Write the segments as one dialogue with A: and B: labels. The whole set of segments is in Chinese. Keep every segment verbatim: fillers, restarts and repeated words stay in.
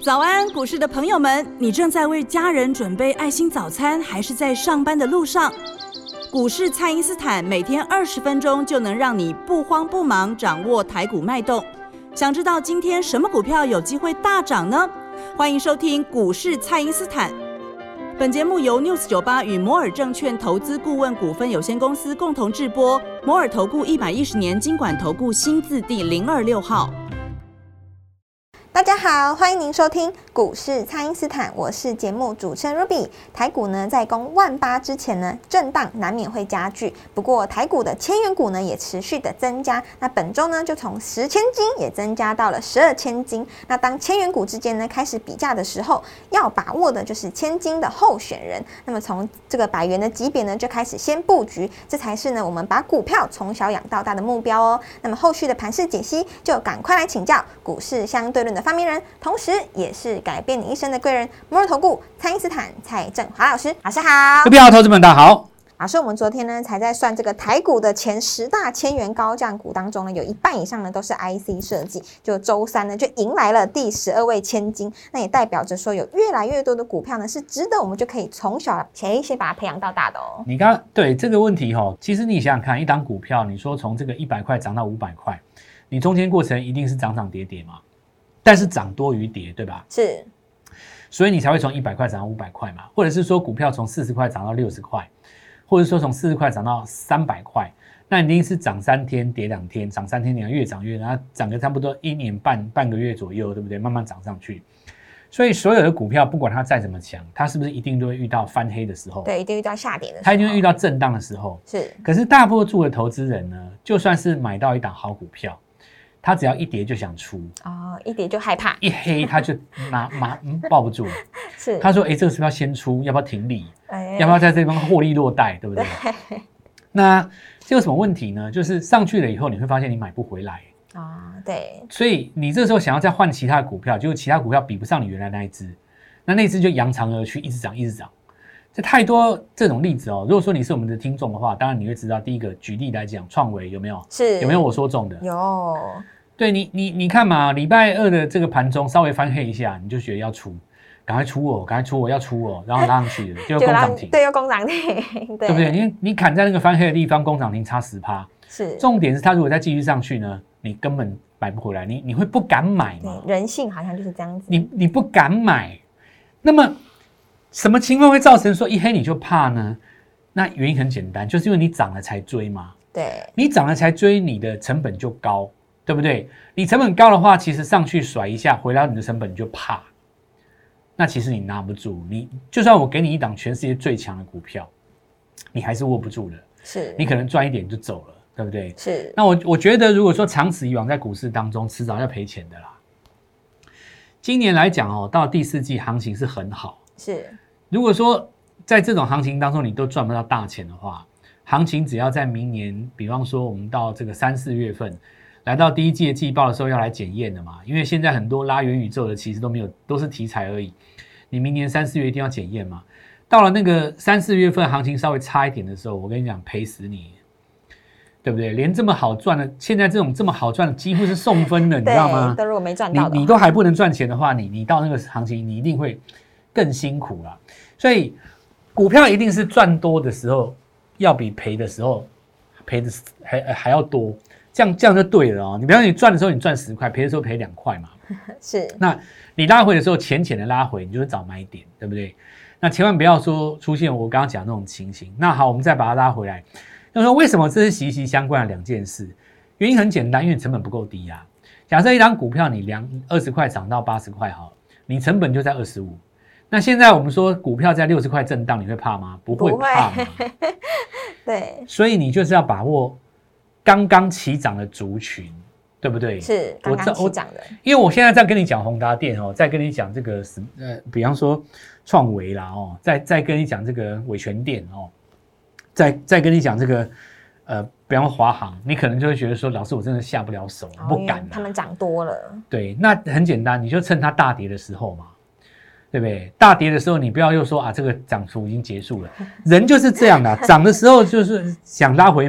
A: 早安，股市的朋友们，你正在为家人准备爱心早餐，还是在上班的路上？股市蔡因斯坦每天二十分钟就能让你不慌不忙掌握台股脉动。想知道今天什么股票有机会大涨呢？欢迎收听股市蔡因斯坦。本节目由 News 九十八与摩尔证券投资顾问股份有限公司共同制播，摩尔投顾一百一十年金管投顾新字第零二六号。
B: 大家好，欢迎您收听股市蔡因斯坦，我是节目主持人 Ruby。台股呢在攻万八之前呢，震荡难免会加剧，不过台股的千元股呢也持续的增加。那本周呢就从十千金也增加到了十二千金。那当千元股之间呢开始比价的时候，要把握的就是千金的候选人。那么从这个百元的级别呢就开始先布局，这才是呢我们把股票从小养到大的目标哦。那么后续的盘势解析，就赶快来请教股市相对论的发明人，同时也是改变你一生的贵人——摩尔投顾蔡因斯坦蔡正华老师。老师好，
C: 各位投资们大家好。
B: 老师，我们昨天呢才在算这个台股的前十大千元高价股当中呢，有一半以上呢都是 I C 设计。就周三呢就迎来了第十二位千金，那也代表着说有越来越多的股票呢是值得我们就可以从小先先把它培养到大的哦。
C: 你刚对这个问题哈、哦，其实你想想看，一档股票，你说从这个一百块涨到五百块，你中间过程一定是涨涨跌跌嘛，但是涨多于跌，对吧？
B: 是。
C: 所以你才会从一百块涨到五百块嘛，或者是说股票从四十块涨到六十块，或者说从四十块涨到三百块，那一定是涨三天跌两天，涨三天跌越涨越，然后涨个差不多一年半半个月左右，对不对？慢慢涨上去。所以所有的股票不管它再怎么强，它是不是一定都会遇到翻黑的时候？
B: 对，一定遇到下跌的时候，
C: 它一定会遇到震荡的时候。
B: 是。可
C: 是大多数的投资人呢，就算是买到一档好股票，他只要一跌就想出
B: 哦，一跌就害怕，
C: 一黑他就拿拿、嗯、抱不住。
B: 是，
C: 他说：“哎，这个是不是要先出？要不要停利？哎、要不要在这地方获利落袋？对不对？”对。那这有什么问题呢？就是上去了以后，你会发现你买不回来
B: 啊、哦。对。
C: 所以你这时候想要再换其他的股票，结果其他股票比不上你原来那一只，那那一只就扬长而去，一直涨，一直涨。这太多这种例子哦。如果说你是我们的听众的话，当然你会知道，第一个举例来讲，创维有没有？
B: 是有
C: 没有我说中的？
B: 有。
C: 对你，你你看嘛，礼拜二的这个盘中稍微翻黑一下，你就觉得要出，赶快出哦，赶快出哦，要出哦，然后拉上去了，就攻涨停，
B: 对，又攻涨停，对，
C: 对不对？你你砍在那个翻黑的地方，攻涨停差十趴，
B: 是。重
C: 点是它如果再继续上去呢，你根本买不回来，你你会不敢买嘛？
B: 人性好像就是这样子，
C: 你你不敢买，那么什么情况会造成说一黑你就怕呢？那原因很简单，就是因为你涨了才追嘛。
B: 对，
C: 你涨了才追，你的成本就高。对不对？你成本高的话，其实上去甩一下，回到你的成本就怕。那其实你拿不住，你就算我给你一档全世界最强的股票，你还是握不住的。
B: 是，
C: 你可能赚一点就走了，对不对？
B: 是。
C: 那我我觉得，如果说长此以往在股市当中，迟早要赔钱的啦。今年来讲哦，到第四季行情是很好。
B: 是。如
C: 果说在这种行情当中你都赚不到大钱的话，行情只要在明年，比方说我们到这个三四月份。来到第一季的季报的时候要来检验的嘛，因为现在很多拉元宇宙的其实都没有，都是题材而已。你明年三四月一定要检验嘛。到了那个三四月份行情稍微差一点的时候，我跟你讲赔死你，对不对？连这么好赚的，现在这种这么好赚的几乎是送分的，你知道吗？
B: 都如果没赚到的，
C: 你你都还不能赚钱的话，你你到那个行情你一定会更辛苦啦。所以股票一定是赚多的时候，要比赔的时候赔的还还要多。这样这样就对了哦。你比方说你赚的时候你赚十块，赔的时候赔两块嘛。
B: 是。那
C: 你拉回的时候浅浅的拉回，你就会找买点，对不对？那千万不要说出现我刚刚讲的那种情形。那好，我们再把它拉回来。那说为什么这是息息相关的两件事？原因很简单，因为成本不够低啊。假设一张股票你两二十块涨到八十块好，你成本就在二十五。那现在我们说股票在六十块震荡，你会怕吗？不会怕嘛。
B: 对。所
C: 以你就是要把握。刚刚起涨的族群，对不对？
B: 是刚刚起涨的。
C: 因为我现在在跟你讲宏达电哦，再跟你讲这个呃，比方说创维啦哦，再再跟你讲这个伟全电哦，再再跟你讲这个呃，比方说华航，你可能就会觉得说，老师我真的下不了手，哦、不敢、啊。
B: 他们涨多了。
C: 对，那很简单，你就趁它大跌的时候嘛，对不对？大跌的时候，你不要又说啊，这个涨幅已经结束了，人就是这样的，涨的时候就是想拉回买。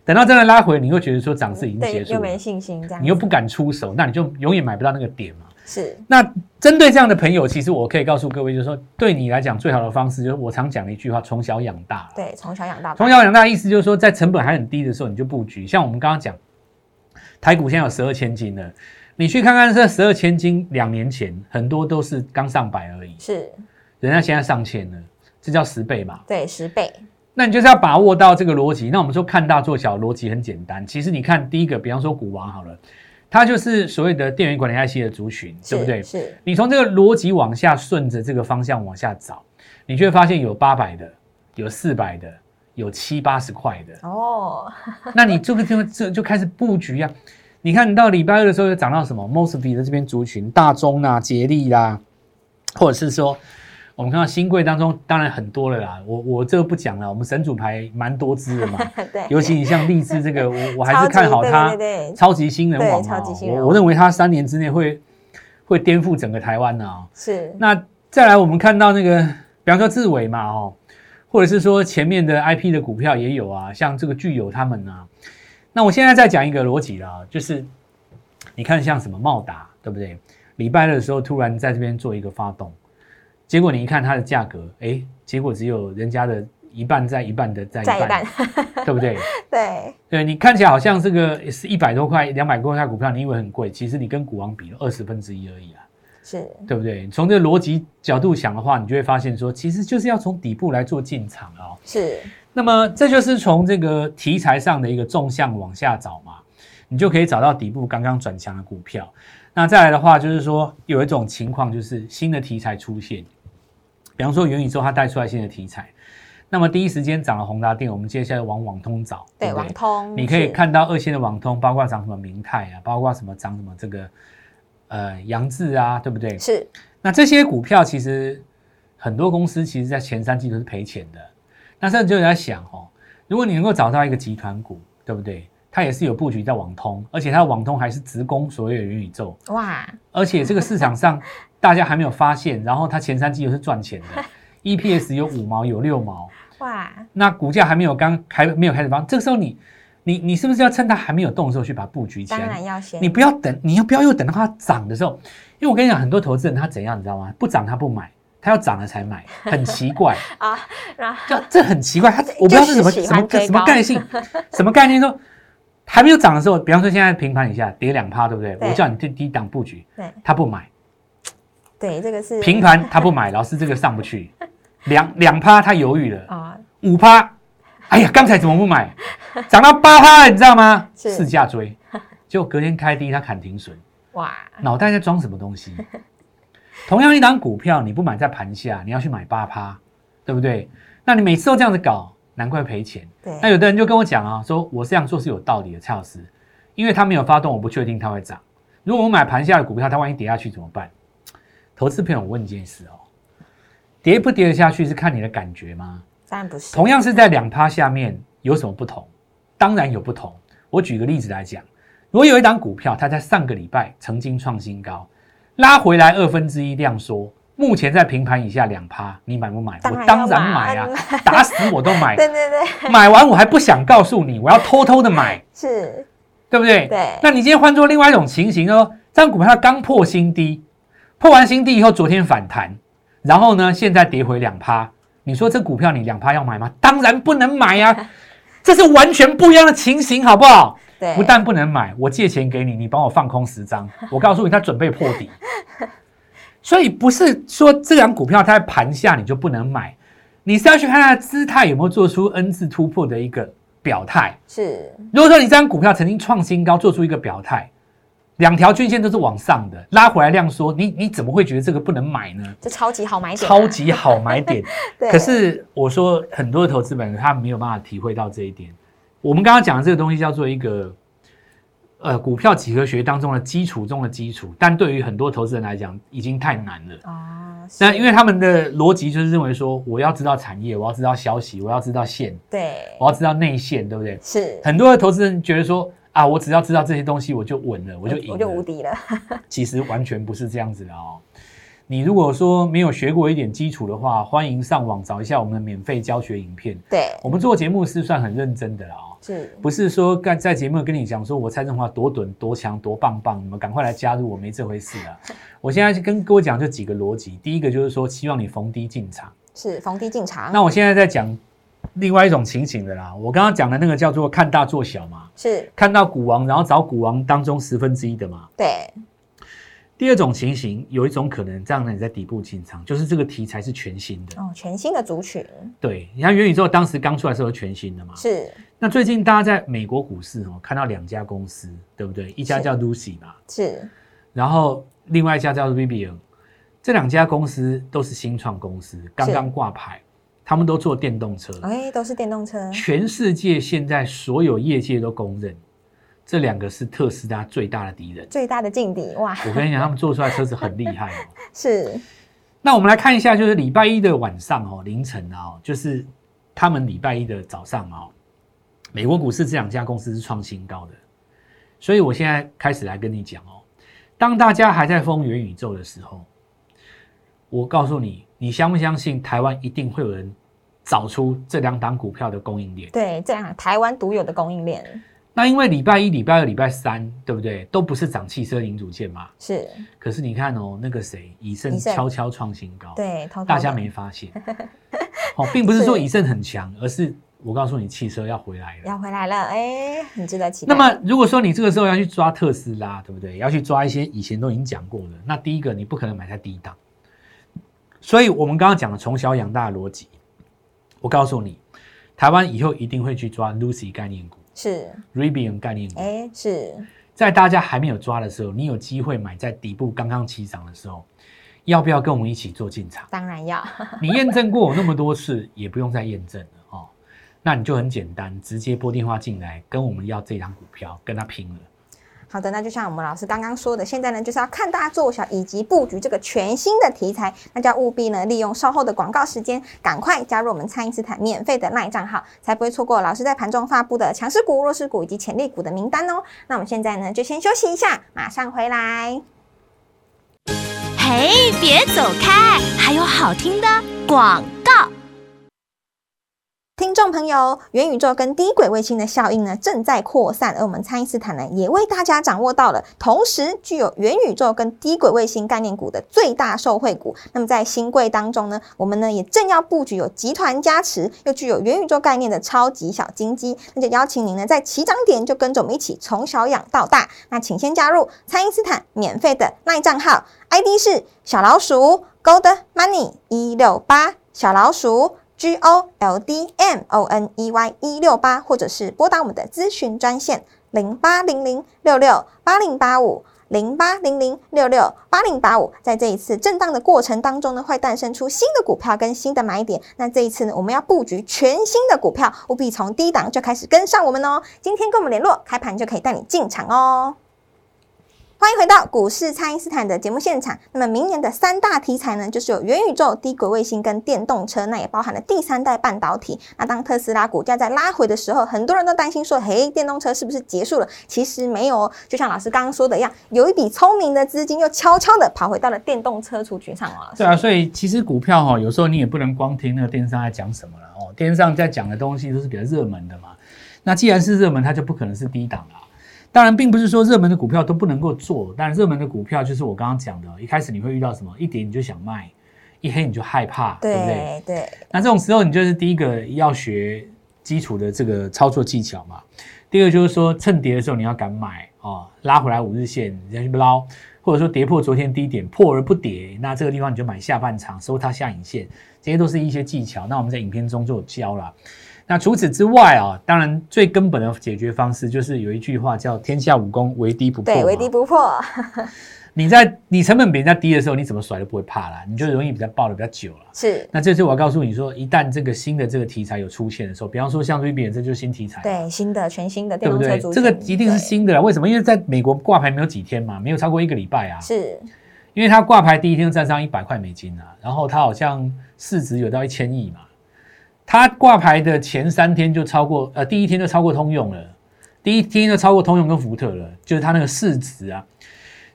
C: 等到真的拉回，你会觉得说涨势已经结束了，
B: 又没信心，这样
C: 你又不敢出手，那你就永远买不到那个点嘛。
B: 是。
C: 那针对这样的朋友，其实我可以告诉各位，就是说，对你来讲最好的方式，就是我常讲的一句话：从小养大。
B: 对，从小养大。
C: 从小养大的意思就是说，在成本还很低的时候，你就布局。像我们刚刚讲，台股现在有十二千金了，你去看看这十二千金，两年前很多都是刚上百而已，
B: 是，
C: 人家现在上千了，这叫十倍嘛？
B: 对，十倍。
C: 那你就是要把握到这个逻辑。那我们说看大做小，逻辑很简单。其实你看第一个，比方说股王好了，它就是所谓的电源管理 I C 的族群，对不对？
B: 是。你
C: 从这个逻辑往下顺着这个方向往下找，你就会发现有八百的，有四百的，有七八十块的。哦，那你这个就就就开始布局啊。你看，你到礼拜二的时候又涨到什么 ？Mosfet 的这边族群，大中啦、捷力啦，或者是说。我们看到新贵当中当然很多了啦，我我这个不讲了，我们神主牌蛮多支的嘛，
B: 对，
C: 尤其你像荔枝这个，我我还是看好它，对对对，超级新人王嘛，我我认为它三年之内会会颠覆整个台湾啊。是，那再来我们看到那个，比方说智伟嘛，哦，或者是说前面的 I P 的股票也有啊，像这个具有他们啊。那我现在再讲一个逻辑啦，就是你看像什么茂达，对不对？礼拜二的时候突然在这边做一个发动。结果你一看它的价格，哎，结果只有人家的一半在一半的在一半，一半对不对？
B: 对，
C: 对你看起来好像这个是一百多块、两百多块股票，你以为很贵，其实你跟股王比了二十分之一而已啊，是，对不对？从这个逻辑角度想的话，你就会发现说，其实就是要从底部来做进场哦。是，那么这就是从这个题材上的一个纵向往下找嘛，你就可以找到底部刚刚转强的股票。那再来的话，就是说有一种情况，就是新的题材出现。比方说元宇宙它带出来新的题材，那么第一时间涨了宏达电，我们接下来往网通找，
B: 对，对对，网通，
C: 你可以看到二线的网通，包括涨什么明泰啊，包括什么涨什么这个呃扬智啊，对不对？是。那这些股票其实很多公司其实在前三季都是赔钱的，那这就在想哦，如果你能够找到一个集团股，对不对？它也是有布局在网通，而且它的网通还是直攻所谓的元宇宙，哇！而且这个市场上大家还没有发现，然后它前三季又是赚钱的 ，E P S 有五毛有六毛，哇！那股价还没有刚还没有开始发，这个时候你你你是不是要趁它还没有动的时候去把它布局起来？
B: 当然要先，
C: 你不要等，你要不要又等到它涨的时候？因为我跟你讲，很多投资人他怎样，你知道吗？不涨他不买。他要涨了才买，很奇怪啊！就这很奇怪，他我不知道是什么什么什么概念性，什么概念说还没有涨的时候，比方说现在平盘以下跌两趴，对不对？我叫你低低档布局，他不买，
B: 对，这个是
C: 平盘他不买，老师这个上不去，两两趴他犹豫了啊，五趴，哎呀，刚才怎么不买？涨到八趴了，你知道吗？市价追，结果隔天开低他砍停损，哇，脑袋在装什么东西？同样一档股票，你不买在盘下，你要去买八趴，对不对？那你每次都这样子搞，难怪赔钱。对，那有的人就跟我讲啊，说我这样做是有道理的，蔡老师，因为他没有发动，我不确定它会涨。如果我买盘下的股票，它万一跌下去怎么办？投资朋友，我问一件事哦，跌不跌得下去是看你的感觉吗？
B: 当然不是。
C: 同样是在两趴下面，有什么不同？当然有不同。我举个例子来讲，如果有一档股票，它在上个礼拜曾经创新高。拉回来二分之一量缩，目前在平盘以下两趴，你买不买？
B: 当
C: 我当然买啊，打死我都买。
B: 对对对，
C: 买完我还不想告诉你，我要偷偷的买，
B: 是，
C: 对不对？
B: 对。
C: 那你今天换做另外一种情形哦，这张股票它刚破新低，破完新低以后，昨天反弹，然后呢，现在跌回两趴，你说这股票你两趴要买吗？当然不能买呀、啊，这是完全不一样的情形，好不好？不但不能买，我借钱给你，你帮我放空十张，我告诉你，它准备破底。所以不是说这张股票它在盘下你就不能买，你是要去看它的姿态有没有做出 N 字突破的一个表态。是，如果说你这张股票曾经创新高，做出一个表态，两条均线都是往上的，拉回来量缩，你你怎么会觉得这个不能买呢？
B: 这超级好买点、啊，
C: 超级好买点。可是我说很多的投资人他没有办法体会到这一点。我们刚刚讲的这个东西叫做一个，呃，股票几何学当中的基础中的基础，但对于很多投资人来讲，已经太难了啊。那因为他们的逻辑就是认为说，我要知道产业，我要知道消息，我要知道线，对，我要知道内线，对不对？是。很多的投资人觉得说，啊，我只要知道这些东西，我就稳了，我就赢了，
B: 我就无敌了。
C: 其实完全不是这样子的哦。 你如果说没有学过一点基础的话，欢迎上网找一下我们的免费教学影片。
B: 对，
C: 我们做节目是算很认真的啦哦，
B: 是
C: 不是说在节目跟你讲说我蔡振华多准多强多棒棒，你们赶快来加入我，没这回事啊！我现在跟各位讲就几个逻辑，第一个就是说希望你逢低进场，
B: 是逢低进场。
C: 那我现在在讲另外一种情形的啦，我刚刚讲的那个叫做看大做小嘛，
B: 是
C: 看到股王，然后找股王当中十分之一的嘛。
B: 对。
C: 第二种情形，有一种可能，这样呢你在底部进场，就是这个题材是全新的
B: 哦，全新的族群。
C: 对，你看元宇宙当时刚出来的时候是全新的嘛。
B: 是。
C: 那最近大家在美国股市哦看到两家公司，对不对？一家叫 Lucy 嘛，
B: 是。
C: 然后另外一家叫 Rivian， 这两家公司都是新创公司，刚刚挂牌，他们都做电动车，
B: 哎，都是电动车。
C: 全世界现在所有业界都公认。这两个是特斯拉最大的敌人，
B: 最大的劲敌哇！
C: 我跟你讲，他们做出来的车子很厉害哦。
B: 是。
C: 那我们来看一下，就是礼拜一的晚上哦，凌晨啊，就是他们礼拜一的早上哦，美国股市这两家公司是创新高的。所以我现在开始来跟你讲哦，当大家还在疯元宇宙的时候，我告诉你，你相不相信台湾一定会有人找出这两档股票的供应链？
B: 对，这样台湾独有的供应链。
C: 那因为礼拜一、礼拜二、礼拜三，对不对？都不是涨汽车零组件嘛。
B: 是。
C: 可是你看哦，那个谁，以盛悄悄创新高，
B: 对，偷偷
C: 大家没发现。哦，并不是说以盛很强，而是我告诉你，汽车要回来了，
B: 要回来了，哎，很值得期待。
C: 那么如果说你这个时候要去抓特斯拉，对不对？要去抓一些以前都已经讲过的，那第一个你不可能买在低档。所以我们刚刚讲的从小养大的逻辑，我告诉你，台湾以后一定会去抓 Lucy 概念股。是 Rivian 概念股，
B: 哎，是
C: 在大家还没有抓的时候，你有机会买在底部刚刚起涨的时候，要不要跟我们一起做进场？
B: 当然要。
C: 你验证过我那么多次，也不用再验证了哦。那你就很简单，直接拨电话进来，跟我们要这张股票，跟他拼了。
B: 好的，那就像我们老师刚刚说的，现在呢就是要看大做小，以及布局这个全新的题材，那就要务必呢利用稍后的广告时间，赶快加入我们蔡因斯坦免费的 LINE 账号，才不会错过老师在盘中发布的强势股、弱势股以及潜力股的名单哦。那我们现在呢就先休息一下，马上回来。
D: 嘿，别走开，还有好听的广告。
B: 听众朋友，元宇宙跟低轨卫星的效应呢正在扩散，而我们蔡因斯坦呢也为大家掌握到了同时具有元宇宙跟低轨卫星概念股的最大受惠股。那么在新贵当中呢，我们呢也正要布局有集团加持又具有元宇宙概念的超级小金鸡，那就邀请您呢在起涨点就跟着我们一起从小养到大。那请先加入蔡因斯坦免费的 LINE 账号 ，I D 是小老鼠 Gold Money 一六八，小老鼠G O L D M O N E Y 一六八，或者是拨打我们的咨询专线零八零零六六八零八五零八零零六六八零八五。在这一次震荡的过程当中呢，会诞生出新的股票跟新的买点。那这一次呢，我们要布局全新的股票，务必从低档就开始跟上我们哦。今天跟我们联络，开盘就可以带你进场哦。欢迎回到股市蔡因斯坦的节目现场。那么明年的三大题材呢，就是有元宇宙、低轨卫星跟电动车，那也包含了第三代半导体。那当特斯拉股价在拉回的时候，很多人都担心说，嘿，电动车是不是结束了？其实没有哦，就像老师刚刚说的一样，有一笔聪明的资金又悄悄的跑回到了电动车族群上哦。
C: 对啊，所以其实股票哈、哦，有时候你也不能光听那个电视上在讲什么了哦，电视上在讲的东西都是比较热门的嘛。那既然是热门，它就不可能是低档啦。当然并不是说热门的股票都不能够做，但热门的股票就是我刚刚讲的，一开始你会遇到什么，一跌你就想卖，一黑你就害怕， 对, 对不对？
B: 对。那
C: 这种时候你就是第一个要学基础的这个操作技巧嘛，第二就是说趁跌的时候你要敢买哦，拉回来五日线你再去捞，或者说跌破昨天低点破而不跌，那这个地方你就买下半场收它下影线，这些都是一些技巧，那我们在影片中就有教啦。那除此之外啊，当然最根本的解决方式就是有一句话叫天下武功唯低不破，
B: 对，唯低不破。
C: 你在你成本比人家低的时候，你怎么甩都不会怕啦，你就容易比较抱得比较久了。
B: 是。
C: 那这次我要告诉你说，一旦这个新的这个题材有出现的时候，比方说像 Rivian 这就是新题材，
B: 对，新的全新的电动车族群，
C: 对不对？这个一定是新的啦。为什么？因为在美国挂牌没有几天嘛，没有超过一个礼拜啊。
B: 是。
C: 因为它挂牌第一天就站上一百块美金啊，然后它好像市值有到一千亿嘛。它挂牌的前三天就超过，呃，第一天就超过通用了，第一天就超过通用跟福特了，就是它那个市值啊。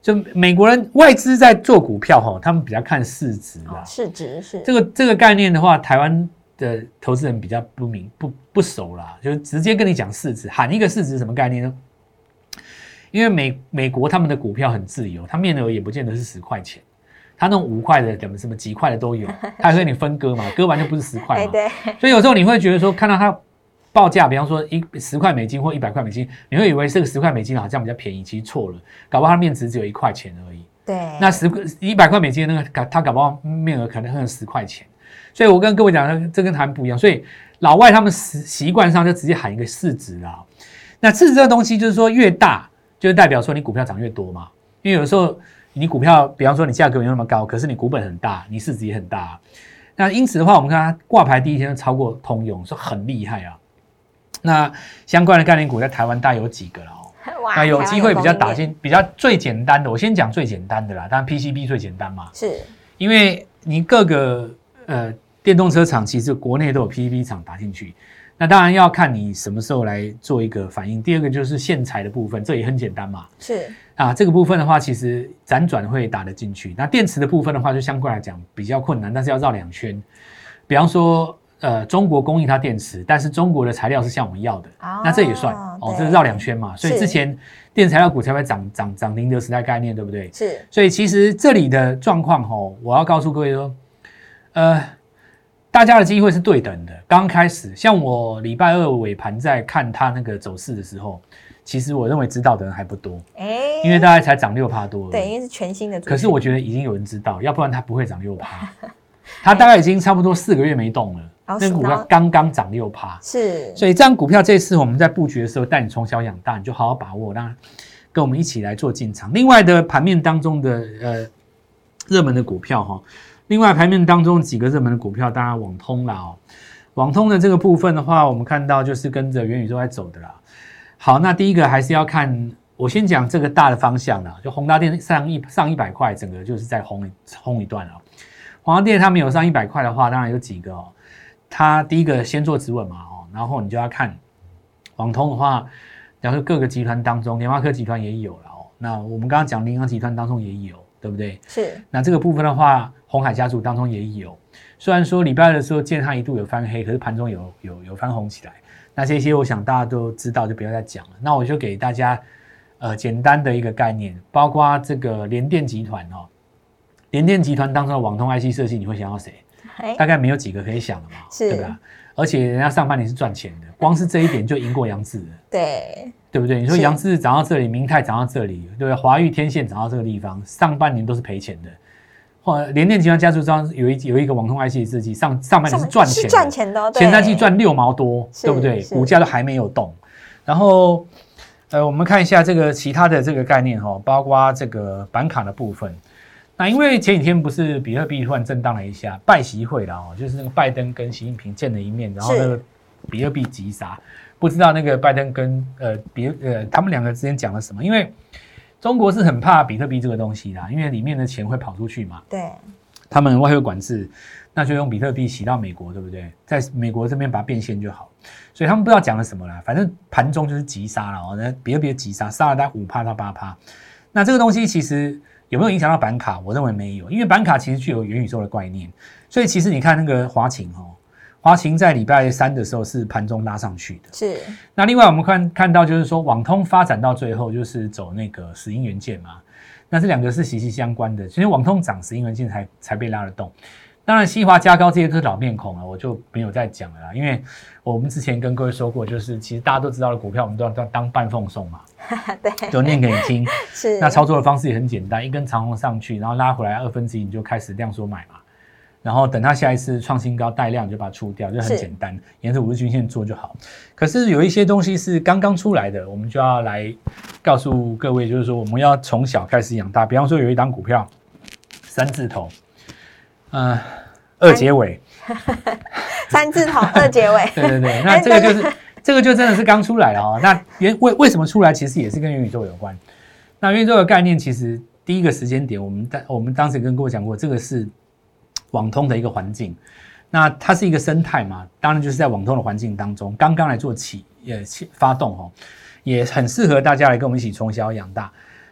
C: 就美国人外资在做股票哈，他们比较看市值啦、
B: 哦，市值是
C: 这个这个概念的话，台湾的投资人比较不明不不熟啦，就是直接跟你讲市值，喊一个市值什么概念呢？因为美美国他们的股票很自由，它面额也不见得是十块钱，它那种五块的、什么什么几块的都有，它还跟你分割嘛，割完就不是十块嘛。
B: 对，
C: 所以有时候你会觉得说，看到它报价，比方说一十块美金或一百块美金，你会以为这个十块美金好像比较便宜，其实错了，搞不好它面值只有一块钱而已。
B: 对，
C: 那十一百块美金的那个，它搞不好面额可能很十块钱。所以我跟各位讲，这跟台湾不一样。所以老外他们习习惯上就直接喊一个市值啦。那市值这个东西就是说越大。就是代表说你股票涨越多嘛，因为有时候你股票，比方说你价格没有那么高，可是你股本很大，你市值也很大、啊。那因此的话，我们看它挂牌第一天就超过通用，说很厉害啊。那相关的概念股在台湾大概有几个了哦？那有机会比较打进比较最简单的，我先讲最简单的啦。当然 P C B 最简单嘛，
B: 是
C: 因为你各个呃电动车厂其实国内都有 P C B 厂打进去。那当然要看你什么时候来做一个反应。第二个就是线材的部分，这也很简单嘛。
B: 是
C: 啊，这个部分的话，其实辗转会打得进去。那电池的部分的话，就相对来讲比较困难，但是要绕两圈。比方说，呃，中国供应它电池，但是中国的材料是像我们要的，哦、那这也算哦，这是绕两圈嘛。所以之前电材料股才会涨涨涨宁德时代概念，对不对？
B: 是。
C: 所以其实这里的状况哦，我要告诉各位说，呃。大家的机会是对等的。刚开始，像我礼拜二尾盘在看它那个走势的时候，其实我认为知道的人还不多，欸、因为大概才涨六趴多。
B: 对，因为是全新的。
C: 可是我觉得已经有人知道，要不然它不会涨六趴。它大概已经差不多四个月没动了，哦、那个股票刚刚涨六趴。是，所以这张股票这次我们在布局的时候，带你从小养大，你就好好把握，让跟我们一起来做进场。另外的盘面当中的呃热门的股票哈。另外盘面当中几个热门的股票，当然网通啦哦，网通的这个部分的话，我们看到就是跟着元宇宙在走的啦。好，那第一个还是要看，我先讲这个大的方向啦，就宏达电上一上一百块，整个就是在轰轰一段了。宏达电它没有上一百块的话，当然有几个哦，它第一个先做止稳嘛哦，然后你就要看网通的话，假如各个集团当中，联发科集团也有了哦，那我们刚刚讲联发集团当中也有。对不对？是。那这个部分的话，鸿海家族当中也有。虽然说礼拜二的时候见它一度有翻黑，可是盘中有有有翻红起来。那这些我想大家都知道，就不要再讲了。那我就给大家呃简单的一个概念，包括这个联电集团哦，联电集团当中的网通 I C 设计，你会想到谁？大概没有几个可以想的嘛，对吧？而且人家上半年是赚钱的，光是这一点就赢过扬智了。对。对不对？你说扬智涨到这里，明泰涨到这里，对不对？华裕天线涨到这个地方，上半年都是赔钱的。或联电集团家族中有一有一个网通 I C 的设计，上上半年是赚钱的，是赚钱的、哦，前三季赚六毛多，对不对？股价都还没有动。然后，呃，我们看一下这个其他的这个概念哈、哦，包括这个板卡的部分。那因为前几天不是比特币突然震荡了一下，拜习会了哦，就是那个拜登跟习近平见了一面，然后那个比特币急杀。不知道那个拜登跟呃别呃他们两个之间讲了什么？因为中国是很怕比特币这个东西啦，因为里面的钱会跑出去嘛。对，他们外汇管制，那就用比特币洗到美国，对不对？在美国这边把它变现就好。所以他们不知道讲了什么啦，反正盘中就是急杀了哦，那比特币急杀，杀了大概五趴到八趴。那这个东西其实有没有影响到板卡？我认为没有，因为板卡其实具有元宇宙的概念，所以其实你看那个华擎哦。华擎在礼拜三的时候是盘中拉上去的，是。那另外我们看看到就是说，网通发展到最后就是走那个石英元件嘛，那这两个是息息相关的。其实网通涨，石英元件才才被拉得动。当然，矽华、嘉高这些都是老面孔了，我就没有再讲了啦，因为我们之前跟各位说过，就是其实大家都知道的股票，我们都要当半奉送嘛，对，就念给你听。是。那操作的方式也很简单，一根长红上去，然后拉回来二分之一，你就开始量缩买嘛。然后等它下一次创新高带量就把它出掉，就很简单，沿着五日均线做就好。可是有一些东西是刚刚出来的，我们就要来告诉各位，就是说我们要从小开始养大。比方说有一档股票，三字头，呃，二结尾，
B: 三字头二结尾，
C: 对对对，那这个就是这个就真的是刚出来了哦。那原为为什么出来，其实也是跟元宇宙有关。那元宇宙的概念，其实第一个时间点，我们当我们当时跟各位讲过，这个是网通的一个环境，那它是一个生态嘛，当然就是在网通的环境当中，刚刚来做起也发动哦，也很适合大家来跟我们一起从小养大。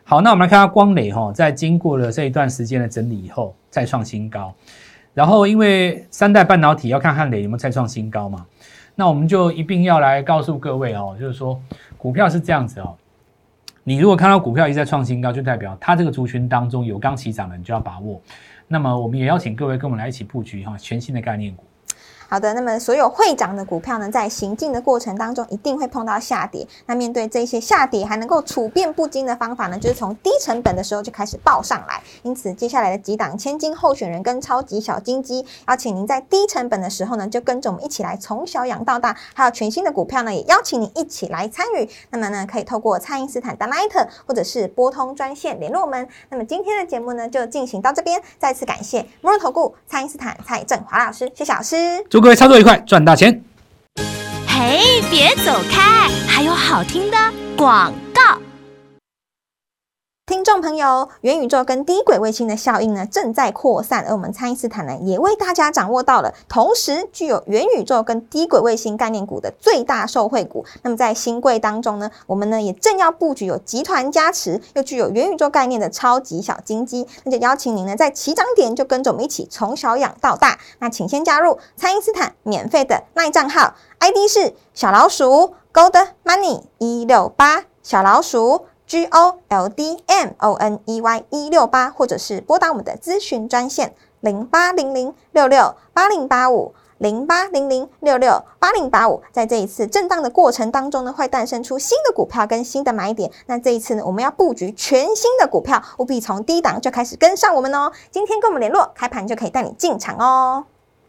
C: 好，那我们来看到光磊哈，在经过了这一段时间的整理以后，再创新高。然后因为三代半导体要看汉磊有没有再创新高嘛，那我们就一并要来告诉各位哦，就是说股票是这样子哦，你如果看到股票一直在创新高，就代表它这个族群当中有刚起涨的，你就要把握。那么我们也邀请各位跟我们来一起布局哈全新的概念股。
B: 好的，那么所有会涨的股票呢，在行进的过程当中，一定会碰到下跌。那面对这些下跌，还能够处变不惊的方法呢，就是从低成本的时候就开始报上来。因此，接下来的几档千金候选人跟超级小金鸡，邀请您在低成本的时候呢，就跟着我们一起来从小养到大。还有全新的股票呢，也邀请您一起来参与。那么呢，可以透过蔡因斯坦的 Line 或者是拨通专线联络我们。那么今天的节目呢，就进行到这边。再次感谢摩尔投顾蔡因斯坦蔡正华老师，谢谢老师。
C: 祝各位操作愉快，赚大钱！
D: 嘿，别走开，还有好听的广告。
B: 听众朋友，元宇宙跟低轨卫星的效应呢正在扩散，而我们蔡因斯坦呢也为大家掌握到了同时具有元宇宙跟低轨卫星概念股的最大受惠股。那么在新贵当中呢，我们呢也正要布局有集团加持又具有元宇宙概念的超级小金鸡，那就邀请您呢在起涨点就跟着我们一起从小养到大。那请先加入蔡因斯坦免费的 LINE 账号 ，I D 是小老鼠 Gold Money 一六八，小老鼠G O L D M O N E Y 一六八，或者是拨打我们的咨询专线零八零零六六八零八五零八零零六六八零八五。在这一次震荡的过程当中呢，会诞生出新的股票跟新的买点。那这一次呢，我们要布局全新的股票，务必从低档就开始跟上我们哦。今天跟我们联络，开盘就可以带你进场哦。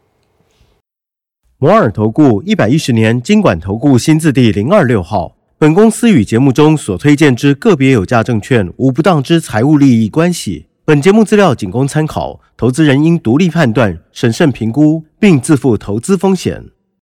E: 摩尔投顾一百一十年金管投顾新字第零二六号。本公司与节目中所推荐之个别有价证券无不当之财务利益关系。本节目资料仅供参考，投资人应独立判断、审慎评估，并自负投资风险。